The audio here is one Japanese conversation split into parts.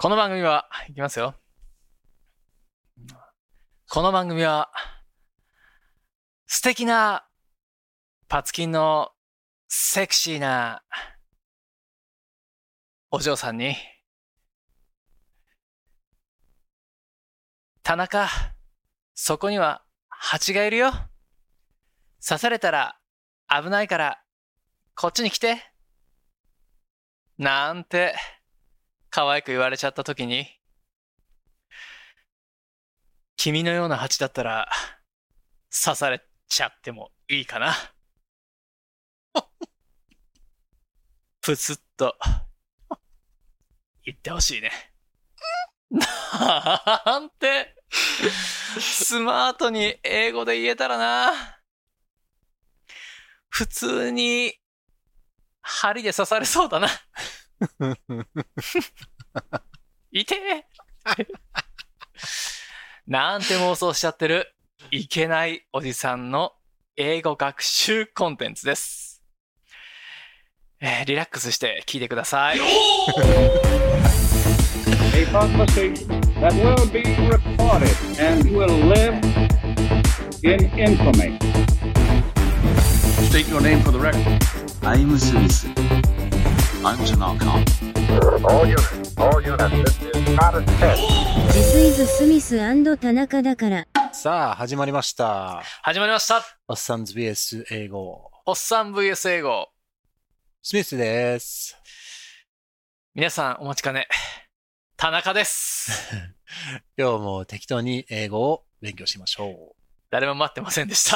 この番組は、いきますよ。この番組は、素敵なパツキンのセクシーなお嬢さんに、田中、そこには蜂がいるよ。刺されたら危ないから、こっちに来て。なんて、可愛く言われちゃったときに、君のような蜂だったら、刺されちゃってもいいかな。プスッと、言ってほしいね。なんて、スマートに英語で言えたらな。普通に、針で刺されそうだな。いてえなんて妄想しちゃってるいけないおじさんの英語学習コンテンツです。リラックスして聞いてください。 A prophecy that will be recorded and will live in infamy. State your name for the record. I'm Smith. I'm Tanaka. All units, this is not a test. This is スミス&田中だから。 さあ、始まりました。 始まりました。 おっさんズ VS 英語。 おっさん VS 英語。 スミスです。 皆さんお待ちかね。田中です。 今日も適当に英語を勉強しましょう。 誰も待ってませんでした。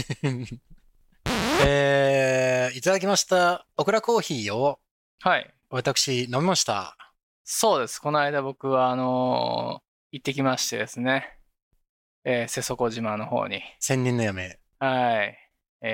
いただきましたオクラコーヒーをはい。 私飲みました。 そうです。この間僕は行ってきましてですね。瀬底島の方に。 千人の嫁。 はい。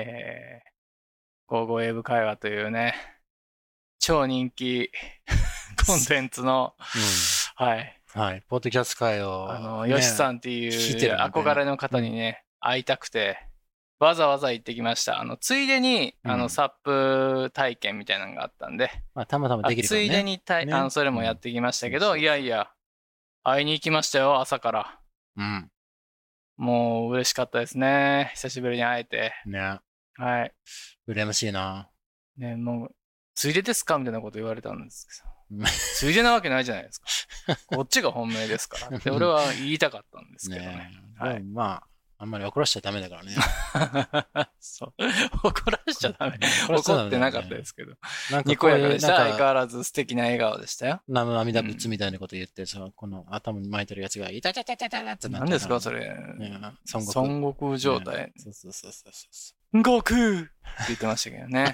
ゴーゴー英語会話というね、超人気コンテンツの、はい。 はい。ポッドキャスト界を、 ヨシさんっていう憧れの方にね、会いたくて、わざわざ行ってきました。ついでに、サップ体験みたいなのがあったんで、 まあ、たまたまできるからね。 ついでにそれもやってきましたけど、いやいや、会いに行きましたよ、朝から。 うん。 もう嬉しかったですね。久しぶりに会えて。 ね。 はい。 羨ましいな。 ね、もう、ついでですかみたいなこと言われたんですけど。ついでなわけないじゃないですか。こっちが本命ですからって俺は言いたかったんですけどね。 はい。まあ、あんまり怒らしちゃダメだからね。 そう。怒らしちゃダメ。怒ってなかったですけど。 なんかにこやかでした。相変わらず素敵な笑顔でしたよ。 ナムアミダ仏みたいなこと言ってさ、この頭に巻いてるやつが、いたたたたたって何ですかそれ。孫悟空状態。 そうそうそうそう。 悟空って言ってましたけどね。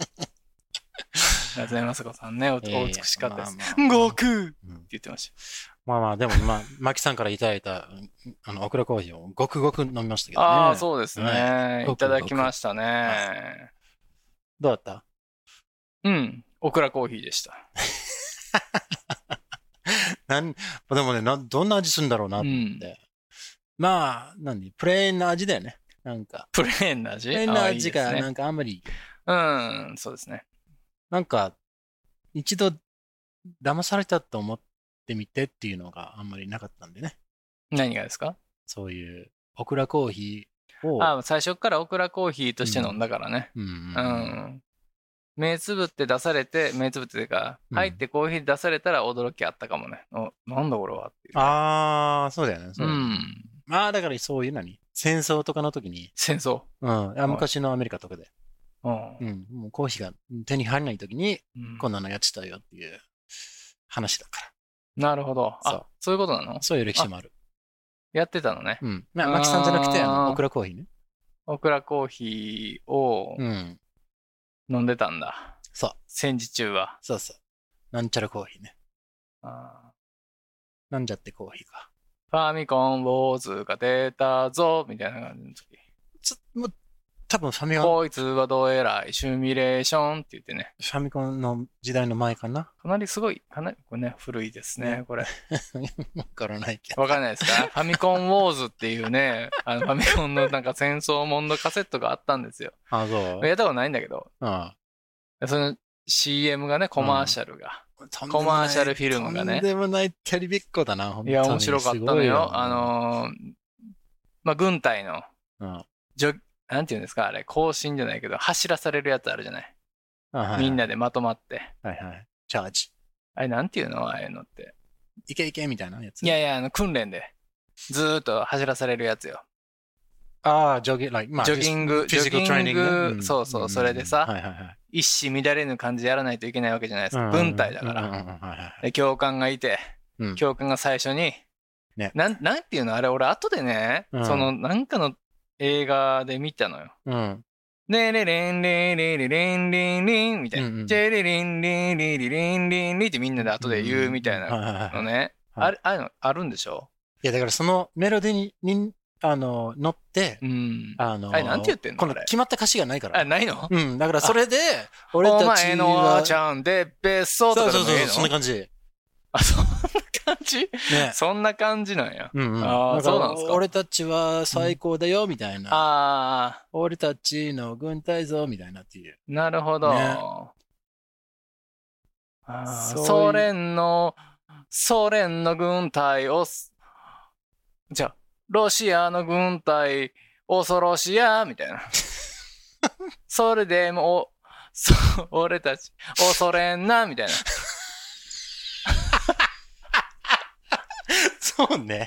夏目雅子さんね、お美しかったです。悟空って言ってました。 まあまあ、でもまあ、マキさんからいただいた、オクラコーヒーをごくごく飲みましたけどね。 ああ、そうですね。いただきましたね。 どうだった？ うん、オクラコーヒーでした。 でもね、どんな味するんだろうなって。まあ、プレーンな味だよね。なんか。 プレーンな味？ プレーンな味が、なんかあんまり。 そうですね。 なんか、一度騙されたと思ってみてっていうのがあんまりなかったんでね。 何がですか？ そういうオクラコーヒーを。 最初からオクラコーヒーとして飲んだからね。目つぶって出されて、目つぶっていうか、入ってコーヒー出されたら驚きあったかもね。なんだこれはっていう。 ああ、そうだよね。まあ、だからそういう戦争とかの時に。 戦争？ 昔のアメリカとかで。もうコーヒーが手に入らない時に、こんなのやってたよっていう話だから。 なるほど。そういうことなの？ そういう歴史もある。 やってたのね。 マキさんじゃなくて、オクラコーヒーね。 オクラコーヒーを飲んでたんだ。 そう。 戦時中は。 そうそう。なんちゃらコーヒーね。なんじゃってコーヒーか。 ファミコンウォーズが出たぞみたいな感じの時。 多分ファミコン。 こいつはどえらいシミュレーションって言ってね。 ファミコンの時代の前かな。 かなりこれね、古いですね、これ。 わからないけど。 わからないですか？ファミコンウォーズっていうね、ファミコンのなんか戦争もんのカセットがあったんですよ。 そう。 やったことないんだけど。その CM がね、コマーシャルが。 コマーシャルフィルムがね。 とんでもないテレビっ子だな、本当に。 いや、面白かったのよ。軍隊の、なんていうんですか、あれ、行進じゃないけど、走らされるやつあるじゃない。みんなでまとまって。 はいはい。チャージ。 あれ、なんていうのああいうのって。 いけいけみたいなやつ。 いやいや、訓練で。ずーっと走らされるやつよ。 ああ、ジョギング、 そうそう、それでさ、一糸乱れぬ感じでやらないといけないわけじゃないですか。軍隊だから。で、教官がいて、教官が最初に、なんていうのあれ、俺後でね、なんかの映画で見たのよ。レレレンレレレレンレンレンみたいな。ジェレレンレレレレンレンレンってみんなで後で言うみたいなのね。あるんでしょ？ いや、だからそのメロディに、乗って、 あれ、なんて言ってんの？ この決まった歌詞がないから。 あ、ないの？ だからそれで、俺たちは。お前のちゃんで別荘とかでもいいの？ そう、そんな感じ。 あ、そんな感じ？ね。そんな感じなんや。ああ、そうなんですか。 俺たちは最高だよ、みたいな。ああ。俺たちの軍隊ぞ、みたいなっていう。 なるほど。ソ連の軍隊を、じゃあ、ロシアの軍隊、恐ろしや、みたいな。それでも、俺たち、恐れんな、みたいな。 そうね。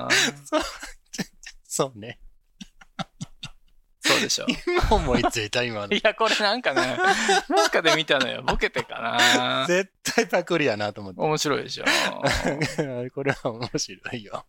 そうね。 そうでしょ。 今思いついた、今の。 いや、これなんかね、なんかで見たのよ。ボケてかな。 絶対パクリやなと思って。 面白いでしょ。 これは面白いよ。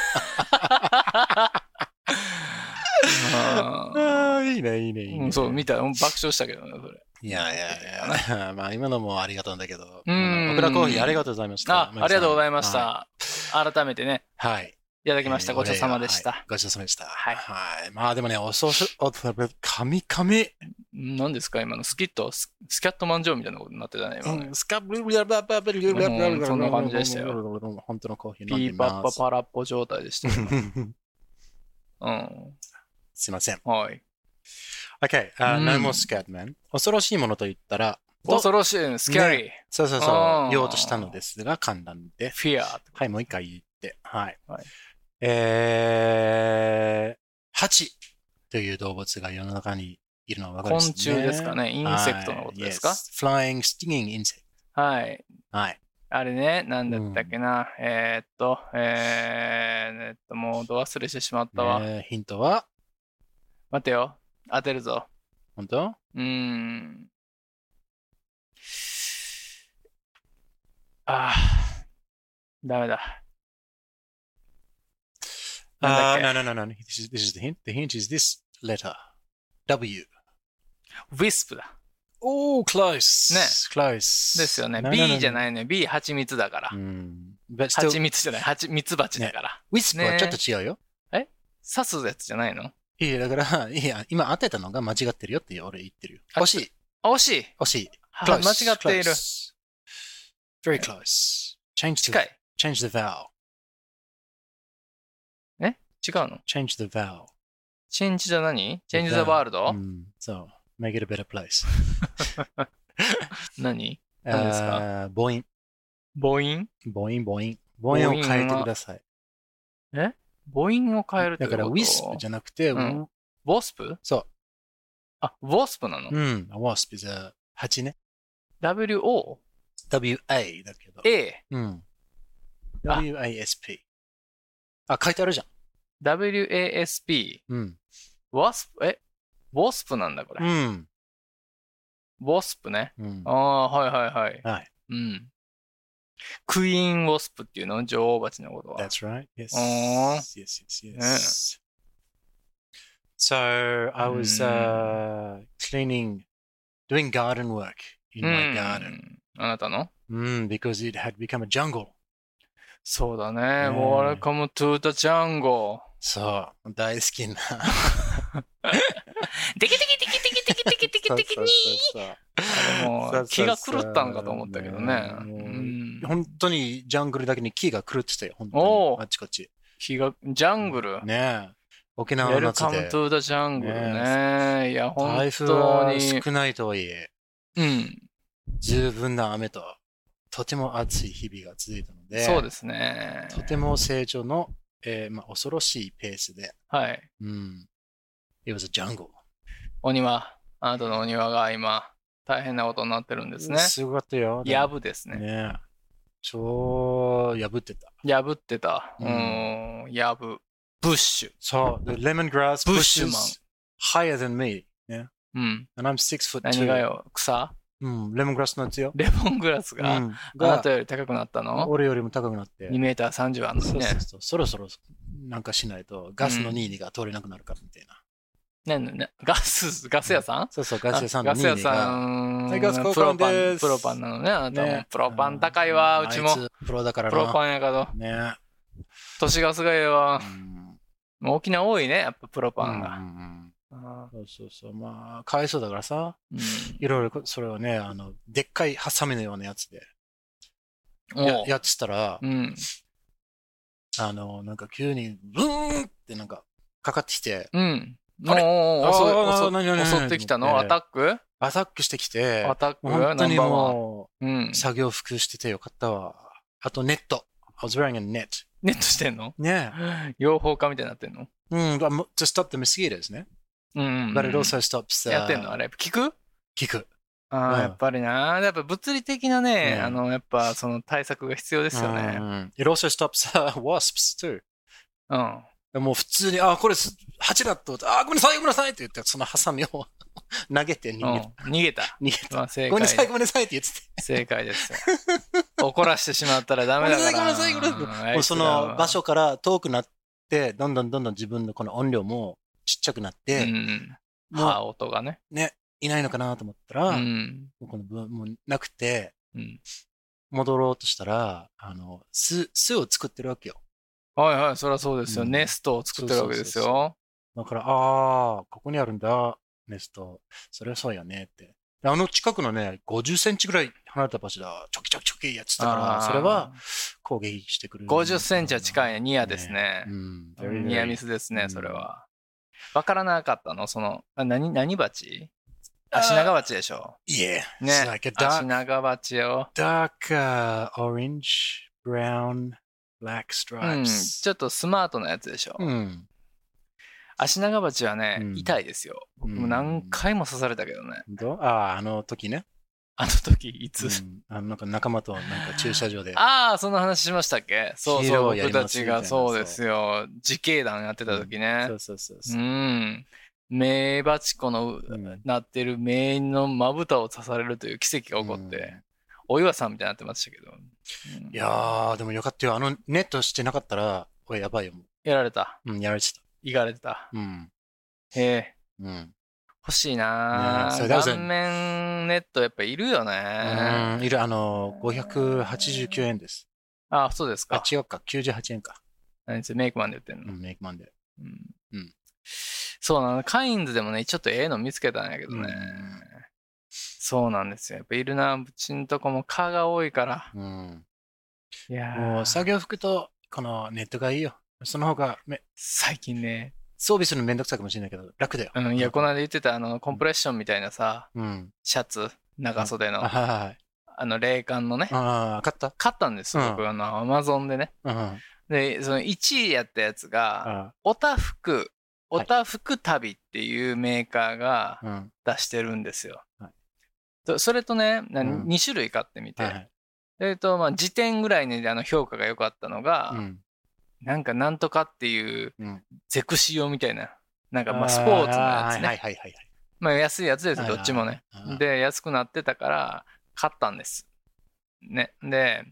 いいね、いいね、いいね。 そう、見た。爆笑したけどね、それ。 いやいやいや、まあ今のもありがとうんだけど、オクラコーヒーありがとうございました。 ありがとうございました。改めてね。 はい。 いただきました。ごちそうさまでした。 ごちそうさまでした。 はい。 まあでもね、カミ。 何ですか今のスキャットマンジョーみたいなことになってたね、今。 スカブルブラババブルブラブラそんな感じでしたよ。 本当のコーヒー飲んでます。ピーパッパパラッポ状態でしたよ。 すいません。 はい。 Okay, no more scared man. 恐ろしいものと言ったら、 恐ろしい、スキャリー。 そう、言おうとしたのですが、簡単で。 フィア。 はい、もう一回言って。はい。ハチという動物が世の中にいるのは分かりますね。 昆虫ですかね。インセクトのことですか？ Flying, stinging insect. はい。 はい。 あれね、なんだったっけな。もうど忘れしてしまったわ。 ヒントは？ 待てよ。当てるぞ。 本当？ ダメだ。 No. This is the hint. The hint is this letter. W. Wisp だ。 Oh, close. ね。 close. ですよね。B じゃないね。B、蜂蜜だから。蜂蜜じゃない。蜜蜂だから。 Wisp はちょっと違うよ。 刺すやつじゃないの？ いや、だから、今当てたのが間違ってるよって俺言ってるよ。惜しい。 惜しい。 惜しい。 間違っている。 very close. Change the vowel. 違うの？ Change the vowel. Change じゃ何？ Change the world? そう。make it a better place. 何ですか？ 母音。 母音？ 母音を変えてください。 母音を変えるってこと？ だから wisp じゃなくて、 wasp？ そう。 あ、wasp なの ？wasp is a 蜂ね。 W-O？ W-A だけど。 A？ W-A-S-P。書いてあるじゃん。 W-A-S-P。wasp？ wasp なんだ、これ。wasp ね。はい。 はい。 クイーンウォスプっていうの？女王蜂のことは。 That's right. Yes. Yes. So, I was doing garden work in my garden. あなたの ？Because it had become a jungle. そうだね。Welcome to the jungle. そう、大好きな。 デキデキデキデキデキデキデキデキにもう気が狂ったのかと思ったけどね。 本当にジャングルだけに木が狂ってたよ。本当にあっちこっち。 ジャングルねえ。沖縄の夏で。 Welcome to the jungle ね。いや、本当に。 台風は少ないとはいえ。十分な雨ととても暑い日々が続いたので、 そうですね。 とても成長の、恐ろしいペースで。 はい。 It was a jungle. お庭、あなたのお庭が今、大変なことになってるんですね。 すごかったよ。 やぶですね。 ね、超破ってた。 破ってた。やぶ。ブッシュ。 そう。The lemongrass ブッシュマン。 higher than me. ね。And I'm 6'2". 何がよ、草？ レモングラスのやつよ。 レモングラスが、あなたより高くなったの？ 俺よりも高くなって。 2メーター30あるのにね。 そう。そろそろなんかしないとガスのニーニが通れなくなるからみたいな。 ガス屋さん？ そう、ガス屋さんのニーニが。ガス屋さん、プロパンなのね。あなたもプロパン高いわ、うちも。 プロだからな。 プロパンやけど。 ね。 都市ガスがええわ。もう沖縄多いね、やっぱプロパンが。 そう。まあ、かわいそうだからさ。いろいろ、それをね、でっかいハサミのようなやつで。やってたら、なんか急に、ブーンってなんか、かかってきて。 あれ襲ってきたの？アタックしてきて。 アタック本当にもう、作業服しててよかったわ。あとネット。I was wearing a net. ネットしてんの？ ねえ。養蜂家みたいになってんの ？to stop the mosquitoes ね。But it also stops. やってんのあれ。聞く？やっぱりな。やっぱ物理的なね、やっぱその対策が必要ですよね。 It also stops wasps too. もう普通に、これ、蜂だと思って、ごめんなさいって言って、そのハサミを投げて逃げた。 まあ、正解。 ごめんなさいって言ってて。 正解ですよ。怒らしてしまったらダメだから。 ごめんなさい。もうその場所から遠くなって、どんどん自分のこの音量もちっちゃくなって、 音がね。 いないのかなと思ったら、もうなくて、戻ろうとしたら、巣を作ってるわけよ。 はい、そりゃそうですよ。ネストを作ってるわけですよ。 だから、ここにあるんだ、ネスト。それはそうやねって。近くのね、50センチぐらい離れた場所だ、ちょきやってたから、それは攻撃してくる。 50センチは近いね。ニアですね。ニアミスですね、それは。わからなかったの？何蜂？アシナガバチでしょ？ ね。 アシナガバチよ。 dark orange, brown, black stripes. ちょっとスマートなやつでしょ。アシナガバチはね、痛いですよ。もう何回も刺されたけどね。 あの時ね。 いつ？ なんか仲間となんか駐車場で。 そんな話しましたっけ？そう、僕たちがそうですよ。自警団やってた時ね。 そう。 メイバチコのなってるメインのまぶたを刺されるという奇跡が起こって、お岩さんみたいになってましたけど。 いやー、でもよかったよ。ネットしてなかったら、これやばいよ。 やられた。 やられてた。 いがれてた。へえ。欲しいなぁ。顔面ネットやっぱいるよね。 いる。589円です。 そうですか。 違うか。98円か。 メイクマンで売ってんの？ メイクマンで。 そうなの。カインズでもね、ちょっとええの見つけたんやけどね。そうなんですよ。やっぱいるな。うちんとこも蚊が多いから。いやもう作業服とこのネットがいいよ。その方が最近ね。 装備するのめんどくさいかもしれないけど、楽だよ。 いや、この間言ってたコンプレッションみたいなさ、シャツ、長袖の。冷感のね。 買ったんですよ。僕、アマゾンでね。で、その1位やったやつが、オタフク旅っていうメーカーが出してるんですよ。それとね、2種類買ってみて。時点ぐらいに評価が良かったのが、なんとかっていう、ゼクシオみたいな、スポーツのやつね。安いやつです、どっちもね。で、安くなってたから、買ったんです。ね。で、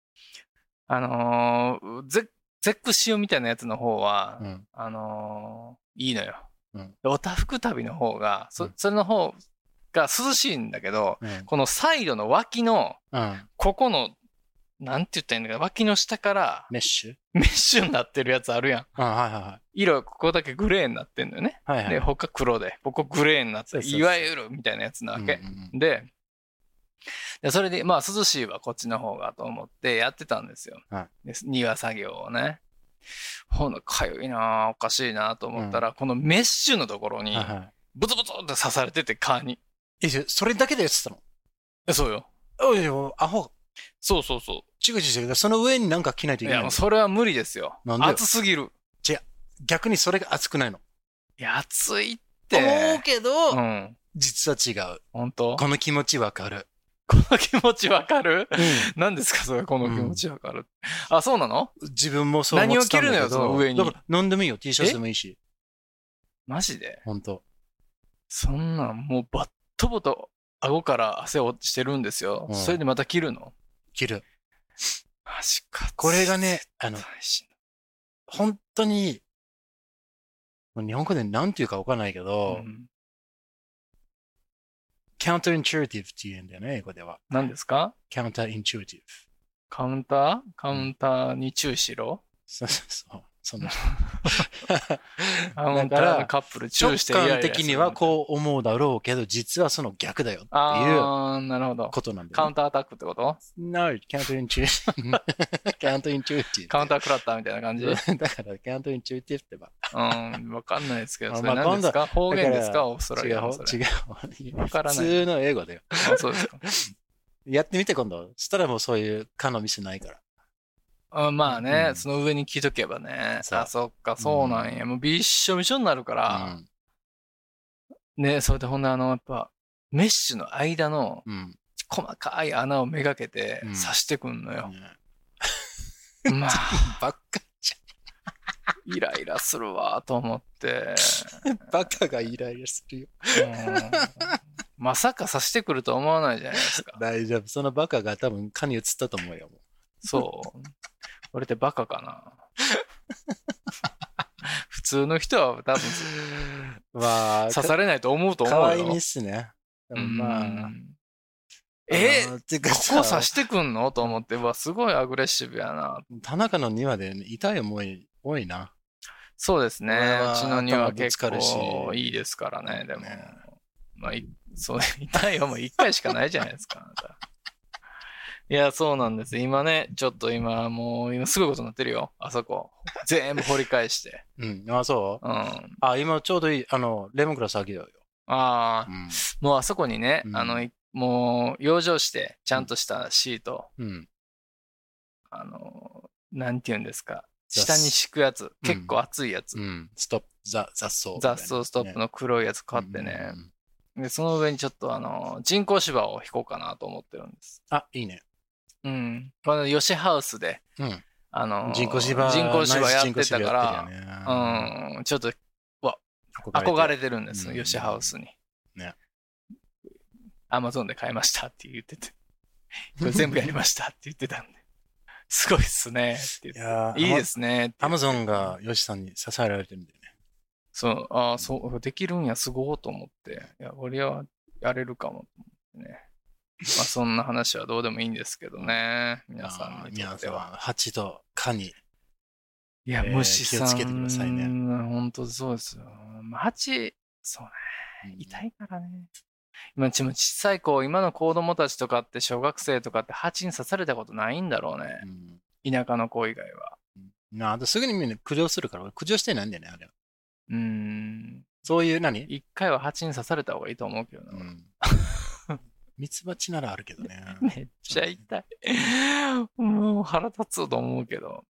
ゼクシオみたいなやつの方は、いいのよ。オタフク旅の方が、それの方が涼しいんだけど、このサイドの脇の、ここの、なんて言ったらいいんだけど、脇の下から、 メッシュになってるやつあるやん。色、ここだけグレーになってんのよね。で、他黒で、ここグレーになって、いわゆるみたいなやつなわけ。で、それで、涼しいわ、こっちの方がと思ってやってたんですよ。庭作業をね。かゆいなぁ、おかしいなぁと思ったら、このメッシュのところに、ブツブツって刺されてて、蚊に。 それだけでやってたの？ そうよ。 アホ。 そうそうそう。 違う。その上になんか着ないといけない。 いや、それは無理ですよ。 なんで？ 暑すぎる。 違う。逆にそれが暑くないの。 いや、暑いって。 思うけど、 うん。 実は違う。 本当？ この気持ちわかる。 この気持ちわかる？何ですかそれ、この気持ちわかる。あ、そうなの？ 自分もそう思ってたんだけど。 何を着るのよ、その上に。 だから何でもいいよ。T シャツでもいいし。 マジで？ 本当。 そんなん、もうバットボと顎から汗落ちてるんですよ。それでまた着るの？ 着る。 マジか。 これがね、本当に、日本語で何て言うかわかんないけど、counterintuitive って言うんだよね、英語では。 何ですか？ counterintuitive。 カウンターに注意しろ？ そう。そのカウンターのカップル注意してイライラする。 直感的にはこう思うだろうけど、実はその逆だよっていうなるほど。 ことなんだよね。 カウンターアタックってこと？ No, counterintuitive. counterintuitive. カウンター食らったみたいな感じ？だから counterintuitive ってば。 わかんないですけど、それ何ですか？方言ですか？オーストラリアのそれ。 違う。わからない。普通の英語だよ。 そうですか。 やってみて今度。そしたらもうそういうかの店ないから。 まあね、その上に着とけばね。そっか、そうなんや。もうびっしょびしょになるから。ね、それでほんでやっぱ、メッシュの間の、細かい穴をめがけて刺してくんのよ。まあ、 ばっかじゃん。イライラするわ、と思って。 バカがイライラするよ。 まさか刺してくると思わないじゃないですか。 大丈夫。そのバカが多分蚊に移ったと思うよ。 そう。俺ってバカかな。普通の人は多分、刺されないと思うと思うよ。 かわいいっすね。まあ。 ここ刺してくんのと思って、すごいアグレッシブやな。 田中の庭で痛い思い多いな。 そうですね。うちの庭結構いいですからね、でも。まあ、そう痛い思い1回しかないじゃないですか。いや、そうなんです。今ね、ちょっと今すごいことになってるよ。あそこ。全部掘り返して。 そう？今ちょうどいい、レモングラスあげようよ。 もうあそこにね、もう、養生して、ちゃんとしたシート。なんて言うんですか。下に敷くやつ。結構厚いやつ。 雑草ストップの黒いやつ買ってね。で、その上にちょっと人工芝を引こうかなと思ってるんです。 いいね。 このヨシハウスで、 人工芝やってたから、ちょっと、憧れてるんです、ヨシハウスに。 ね。 アマゾンで買いましたって言ってて、これ全部やりましたって言ってたんで、すごいっすねって言って。いいですね。 アマゾンがヨシさんに支えられてるんだよね。 そう、できるんや、すごいと思って。いや、俺はやれるかもと思ってね。そんな話はどうでもいいんですけどね。皆さんにとっては。 蜂と蚊に。 いや、虫さん。 気をつけてくださいね。 本当そうですよ。蜂、そうね。痛いからね。今小さい子、今の子供たちとかって小学生とかって蜂に刺されたことないんだろうね。田舎の子以外は。 あとすぐにみんな駆除するから、駆除してないんだよね、あれは。そういう一回は蜂に刺された方がいいと思うけどな。 ミツバチならあるけどね。 めっちゃ痛い。もう腹立つと思うけど。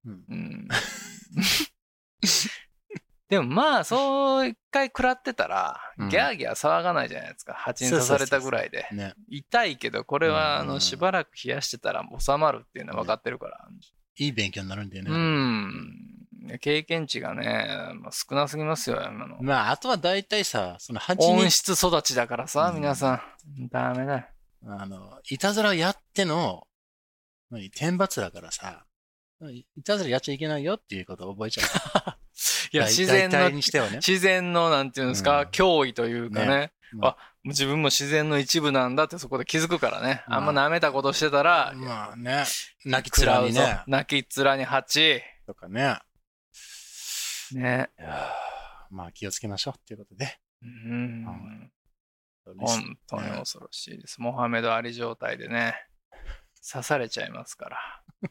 でもまあ、そう一回食らってたら、ギャーギャー騒がないじゃないですか。蜂に刺されたぐらいで。痛いけど、これはしばらく冷やしてたら収まるっていうのは分かってるから。 いい勉強になるんだよね。 経験値がね、少なすぎますよ、今の。 あとは大体さ、その蜂に。 温室育ちだからさ、皆さん。ダメだ。 いたずらやっての、天罰だからさ、いたずらやっちゃいけないよっていうことを覚えちゃう。 いや、自然の、なんていうんですか、脅威というかね。自分も自然の一部なんだってそこで気づくからね。あんま舐めたことしてたら、 泣き面にね。 泣き面に蜂。 とかね。 ね。 気をつけましょうっていうことで。 本当に恐ろしいです。モハメド・アリ状態でね、刺されちゃいますから。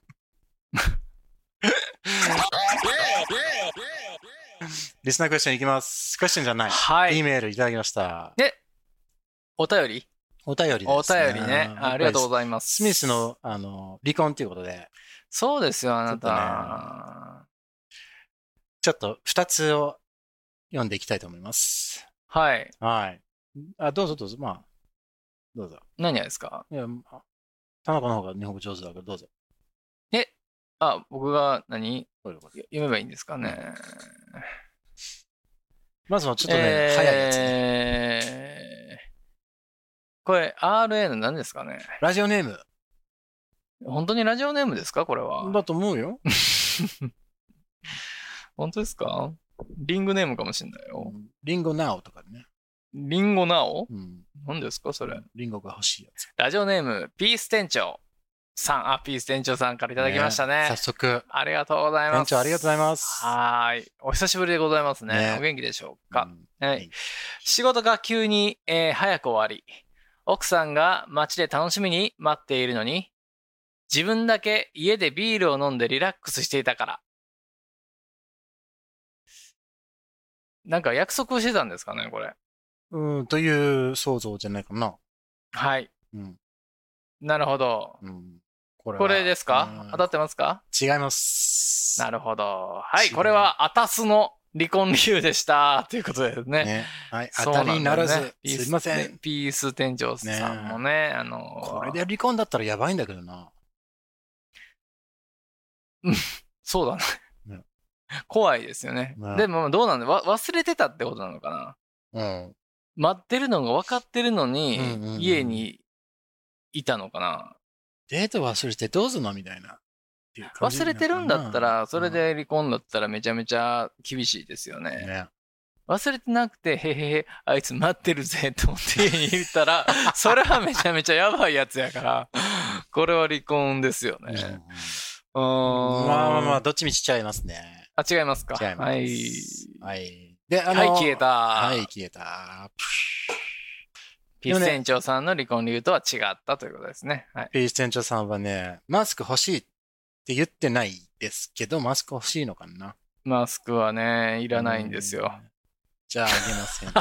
リスナークエスチョンいきます。クエスチョンじゃない。E メールいただきました。 お便りお便りですね。 お便りね。ありがとうございます。 スミスの、離婚ということで。 そうですよ、あなた。 ちょっと2つを読んでいきたいと思います。 はい。 はい。どうぞどうぞ。まあ、どうぞ。 何がですか？ いや、田中の方が日本語上手だからどうぞ。 僕が読めばいいんですかね。 まずはちょっとね、早いやつね。 これ、RA の何ですかね？ ラジオネーム。 本当にラジオネームですかこれは。 だと思うよ。 本当ですか？リングネームかもしれないよ。 リンゴナオとかね。 リンゴナオ？ うん。 何ですかそれ。 リンゴが欲しいやつ。 ラジオネーム、ピース店長さん。ピース店長さんからいただきましたね。 早速。 ありがとうございます。 店長ありがとうございます。 はい。お久しぶりでございますね。お元気でしょうか。はい。仕事が急に、早く終わり、奥さんが街で楽しみに待っているのに、自分だけ家でビールを飲んでリラックスしていたから。なんか約束をしてたんですかね、これ。 という想像じゃないかな。 はい。なるほど。これですか？当たってますか？ 違います。 なるほど。はい、これはアタスの離婚理由でした。ということですね。 はい、当たりにならず、すいません。 ピース店長さんもね、 これで離婚だったらやばいんだけどな。 そうだね。怖いですよね。でもどうなんだ忘れてたってことなのかな？待ってるのが分かってるのに、家にいたのかな？ デート忘れてどうぞなみたいな。 忘れてるんだったら、それで離婚だったらめちゃめちゃ厳しいですよね。忘れてなくて、へへへ、あいつ待ってるぜと思って家にいたら、それはめちゃめちゃやばいやつやから、これは離婚ですよね。 まあ、どっちみちちゃいますね。 違いますか。 違います。はい。で、 はい、消えた。 はい、消えた。 ピース店長さんの離婚理由とは違ったということですね。はい。 ピース店長さんはね、マスク欲しいって言ってないですけど、マスク欲しいのかな？ マスクはね、いらないんですよ。 じゃああげません。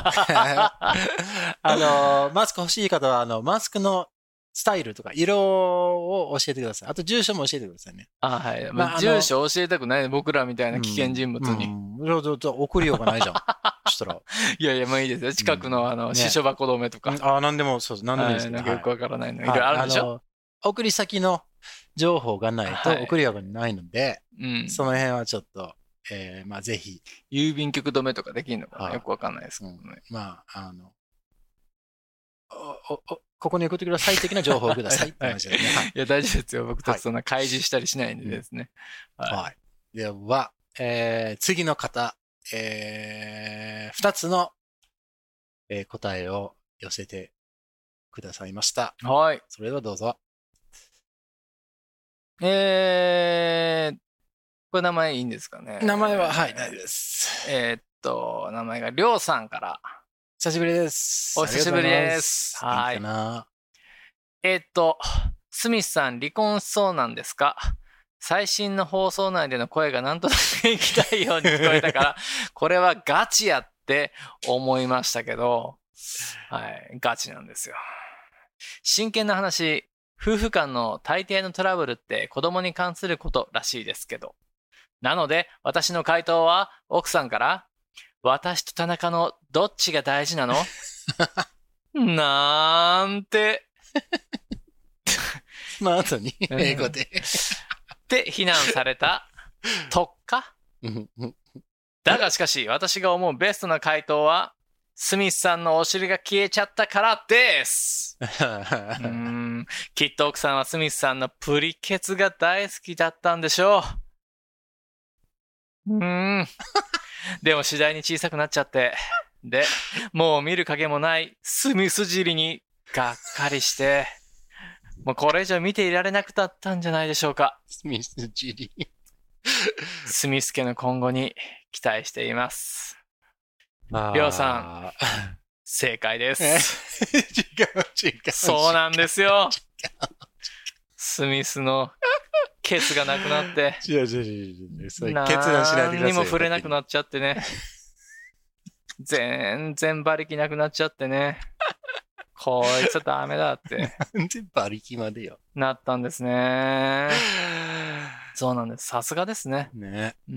マスク欲しい方は、マスクのスタイルとか色を教えてください。あと住所も教えてくださいね。 はい。住所教えたくない僕らみたいな危険人物に。 送りようがないじゃん。そしたら。 いやいや、まあいいですよ。近くの支所箱止めとか。 なんでも、そうです。なんでもいいです。 なんかよくわからないの。いろいろあるでしょ？ 送り先の情報がないと送りようがないので、その辺はちょっと、まあぜひ。 郵便局止めとかできるのかな？よくわかんないですけどね。 まあ、ここに送ってください的な情報をくださいって話ですね。 いや、大丈夫ですよ。僕たちそんな開示したりしないんでですね。 はい。では、次の方、2つの、答えを寄せてくださいました。 はい。 それではどうぞ。 これ名前いいんですかね？ 名前は、はい、大丈夫です。 名前がりょうさんから。 久しぶりです。 お久しぶりです。 はい。 スミスさん離婚しそうなんですか？最新の放送内での声がなんとなく元気たいように聞こえたから、これはガチやって思いましたけど、はい、ガチなんですよ。真剣な話、夫婦間の大抵のトラブルって子供に関することらしいですけど。なので、私の回答は奥さんから、私と田中のどっちが大事なの？なんて。 まあ、後に英語で。 って非難された特化だがしかし、私が思うベストな回答は、スミスさんのお尻が消えちゃったからです。きっと奥さんはスミスさんのプリケツが大好きだったんでしょう。でも次第に小さくなっちゃって。で、もう見る影もないスミス尻にがっかりして、もうこれ以上見ていられなくなったんじゃないでしょうか。 スミス尻。 スミス家の今後に期待しています。りょうさん、正解です。 違う。 そうなんですよ。スミスのケツがなくなって。 違う。決断しないでください。 何にも触れなくなっちゃってね。全然馬力なくなっちゃってね。 こいつダメだって。 なんで馬力までよ。 なったんですね。そうなんです。さすがですね。 ね。 うん。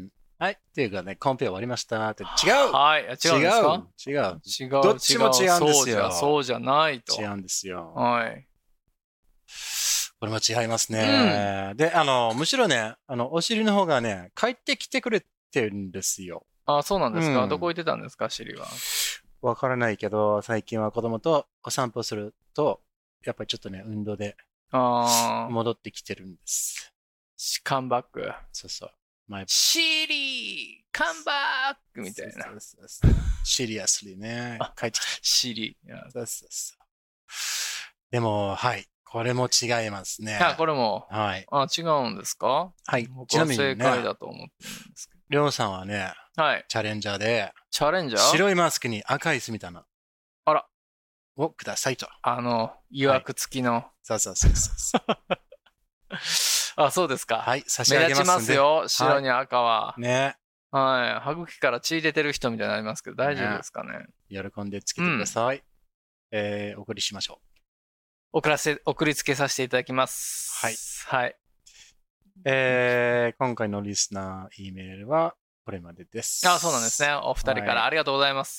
はい。っていうかね、コンペ終わりましたって。違う。 はい。違うんですか？ 違う。 どっちも違うんですよ。 そうじゃないと。 違うんですよ。 はい。 これも違いますね。で、むしろね、お尻の方がね、帰ってきてくれてるんですよ。 あ、そうなんですか。どこ行ってたんですか、尻は。 わからないけど、最近は子供とお散歩すると、やっぱりちょっとね、運動で戻ってきてるんです。 カムバック。 そうそう。 シリーカムバックみたいな。 シリアスリーね。帰ってきた。 シリ。 でも、はい。これも違いますね。 これも。 はい。 違うんですか？ はい。 ちなみに正解だと思ってるんですけど。 りょうさんはね、 はい。 チャレンジャーで、白いマスクに赤い墨玉。 あら。 をくださいと。 いわく付きの。 そう。 あ、そうですか。 はい、差し上げますんで。 目立ちますよ、白に赤は。 ね。 はい。歯茎から血出てる人みたいになりますけど、大丈夫ですかね。 喜んでつけてください。お送りしましょう。送りつけさせていただきます。はい。 今回のリスナー E メールはこれまでです。 あ、そうなんですね。お二人からありがとうございます。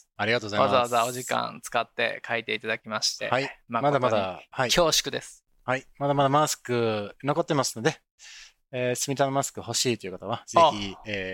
ありがとうございます。 わざわざお時間使って書いていただきまして。 はい。まだまだ、 恐縮です。 はい。まだまだマスク残ってますので、スミタのマスク欲しいという方は、ぜひ、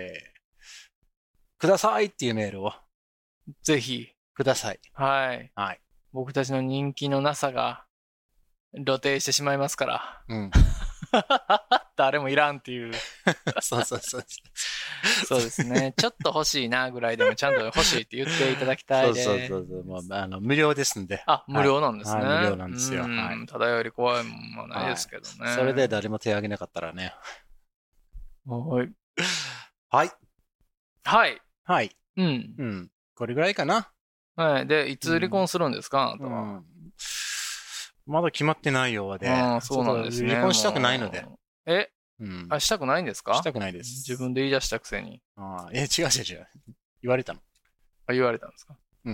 くださいっていうメールを。 ぜひ。 ください。 はい。 はい。 僕たちの人気のなさが露呈してしまいますから。 うん。 誰もいらんっていう。 そう。 そうですね。ちょっと欲しいなぐらいでもちゃんと欲しいって言っていただきたいです。 そう。もう無料ですんで。 無料なんですね。 無料なんですよ。 ただより怖いもんはないですけどね。 それで誰も手を挙げなかったらね。 はい。 はい。 うん。 これぐらいかな。 はい。で、いつ離婚するんですか、あなたは。 まだ決まってないようで。 そうなんですね。 離婚したくないので。 したくないんですか？ したくないです。 自分で言い出したくせに。 違う。言われたの。 言われたんですか？ うん。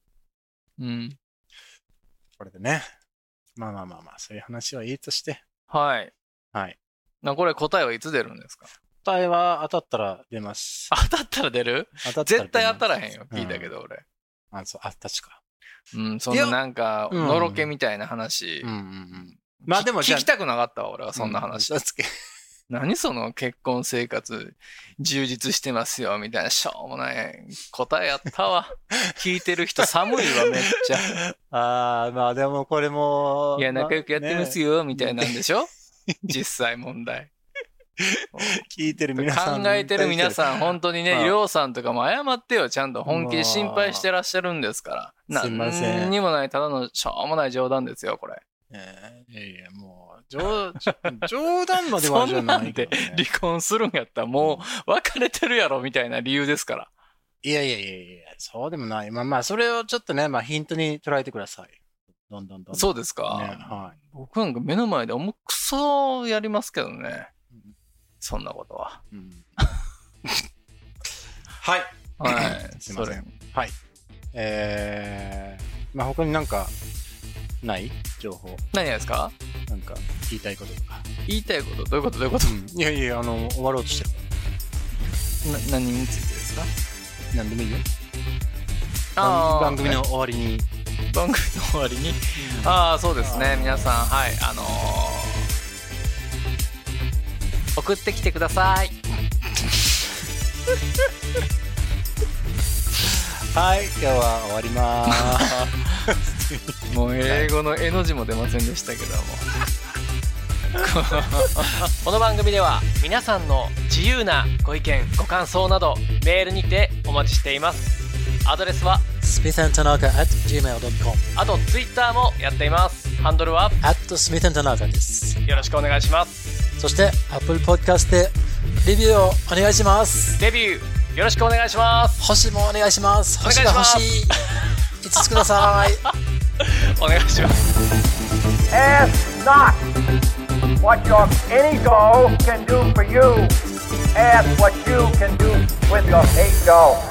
これでね。まあ、そういう話はいいとして。 はい。これ答えはいつ出るんですか？ 答えは当たったら出ます。 当たったら出る？絶対当たらへんよ。聞いたけど、俺。 確か。 そんななんか、のろけみたいな話。 まあでも聞きたくなかったわ、俺は、そんな話。何その結婚生活充実してますよ、みたいな、しょうもない答えやったわ。聞いてる人寒いわ、めっちゃ。 まあでもこれも。 いや、仲良くやってますよ、みたいなんでしょ？実際問題。 聞いてる皆さん。 考えてる皆さん、本当にね、りょうさんとかも謝ってよ、ちゃんと本気で心配してらっしゃるんですから。 すいません。 何にもない、ただのしょうもない冗談ですよ、これ。 いや、もう、冗談まではじゃないけど、ね。 そんなんで離婚するんやったらもう別れてるやろ、みたいな理由ですから。 いや、そうでもない。まあ、それをちょっとね、ヒントに捉えてください。どんどん。 そうですか。僕なんか目の前で重くそやりますけどね。そんなことは。 はい。 すいません。 はい。他になんか、ない情報。 何ですか？ なんか、言いたいこととか。 言いたいこと？どういうこと？ いや、終わろうとしてる。 何についてですか？ 何でもいいよ。番組の終わりに。 番組の終わりに。そうですね。皆さん、送ってきてください。 はい、今日は終わりまーす。もう英語の絵の字も出ませんでしたけども。この番組では皆さんの自由なご意見ご感想などメールにてお待ちしています。アドレスは smithandtanaka@gmail.com。 あとツイッターもやっています。ハンドルは @smithandtanaka です。 よろしくお願いします。 そして Apple Podcast でレビューをお願いします。 レビューよろしくお願いします。 星もお願いします。星が欲しい。5つください。 お願いします。 Ask not what your any doll can do for you. Ask what you can do with your hate doll.